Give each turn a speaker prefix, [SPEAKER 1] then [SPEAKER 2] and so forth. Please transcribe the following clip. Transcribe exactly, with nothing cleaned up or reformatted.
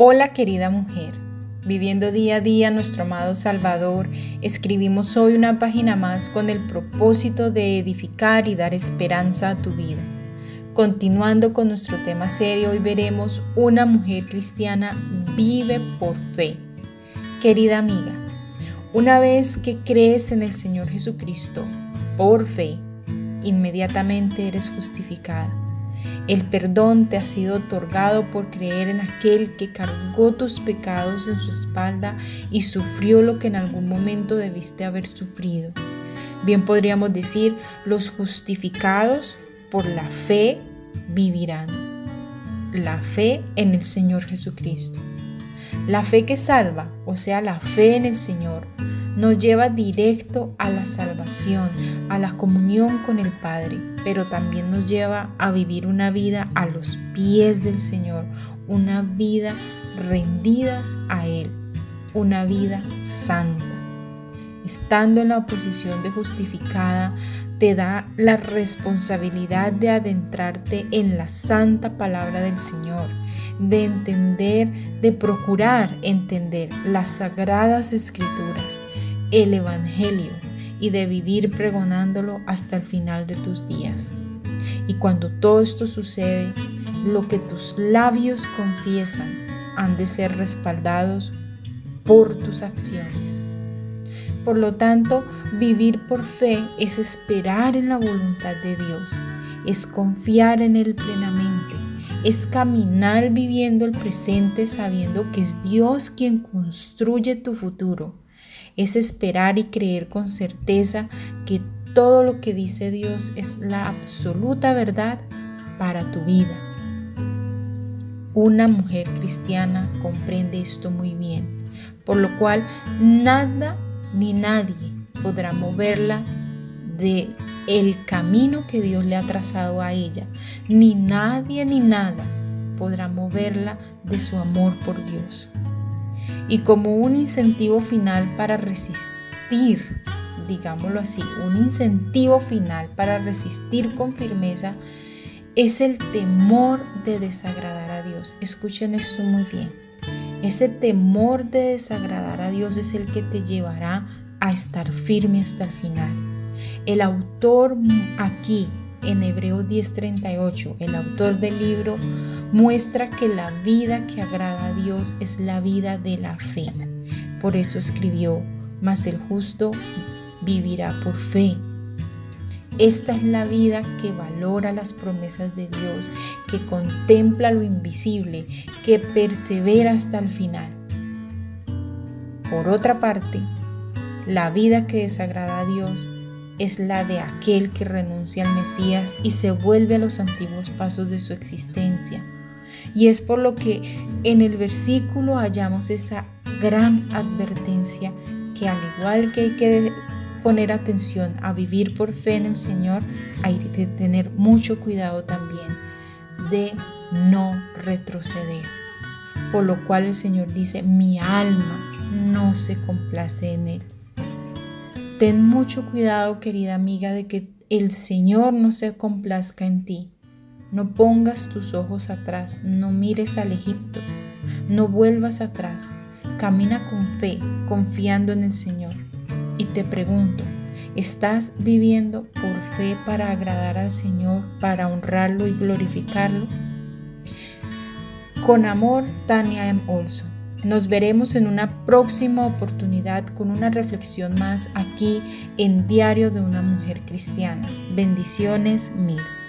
[SPEAKER 1] Hola querida mujer, viviendo día a día nuestro amado Salvador, escribimos hoy una página más con el propósito de edificar y dar esperanza a tu vida. Continuando con nuestro tema serio, hoy veremos una mujer cristiana vive por fe. Querida amiga, una vez que crees en el Señor Jesucristo por fe, inmediatamente eres justificada. El perdón te ha sido otorgado por creer en aquel que cargó tus pecados en su espalda y sufrió lo que en algún momento debiste haber sufrido. Bien podríamos decir, los justificados por la fe vivirán. La fe en el Señor Jesucristo. La fe que salva, o sea, la fe en el Señor, nos lleva directo a la salvación, a la comunión con el Padre, pero también nos lleva a vivir una vida a los pies del Señor, una vida rendidas a Él, una vida santa. Estando en la posición de justificada, te da la responsabilidad de adentrarte en la santa palabra del Señor, de entender, de procurar entender las sagradas escrituras, el Evangelio, y de vivir pregonándolo hasta el final de tus días. Y cuando todo esto sucede, lo que tus labios confiesan han de ser respaldados por tus acciones. Por lo tanto, vivir por fe es esperar en la voluntad de Dios, es confiar en Él plenamente, es caminar viviendo el presente sabiendo que es Dios quien construye tu futuro. Es esperar y creer con certeza que todo lo que dice Dios es la absoluta verdad para tu vida. Una mujer cristiana comprende esto muy bien, por lo cual nada ni nadie podrá moverla de el camino que Dios le ha trazado a ella, ni nadie ni nada podrá moverla de su amor por Dios. Y como un incentivo final para resistir, digámoslo así, un incentivo final para resistir con firmeza es el temor de desagradar a Dios. Escuchen esto muy bien. Ese temor de desagradar a Dios es el que te llevará a estar firme hasta el final. El autor aquí, en Hebreos diez treinta y ocho, el autor del libro muestra que la vida que agrada a Dios es la vida de la fe. Por eso escribió, mas el justo vivirá por fe. Esta es la vida que valora las promesas de Dios, que contempla lo invisible, que persevera hasta el final. Por otra parte, la vida que desagrada a Dios es la de aquel que renuncia al Mesías y se vuelve a los antiguos pasos de su existencia. Y es por lo que en el versículo hallamos esa gran advertencia que al igual que hay que poner atención a vivir por fe en el Señor, hay que tener mucho cuidado también de no retroceder. Por lo cual el Señor dice, mi alma no se complace en Él. Ten mucho cuidado, querida amiga, de que el Señor no se complazca en ti. No pongas tus ojos atrás, no mires al Egipto, no vuelvas atrás. Camina con fe, confiando en el Señor. Y te pregunto, ¿estás viviendo por fe para agradar al Señor, para honrarlo y glorificarlo? Con amor, Tania M. Olson. Nos veremos en una próxima oportunidad con una reflexión más aquí en Diario de una Mujer Cristiana. Bendiciones mil.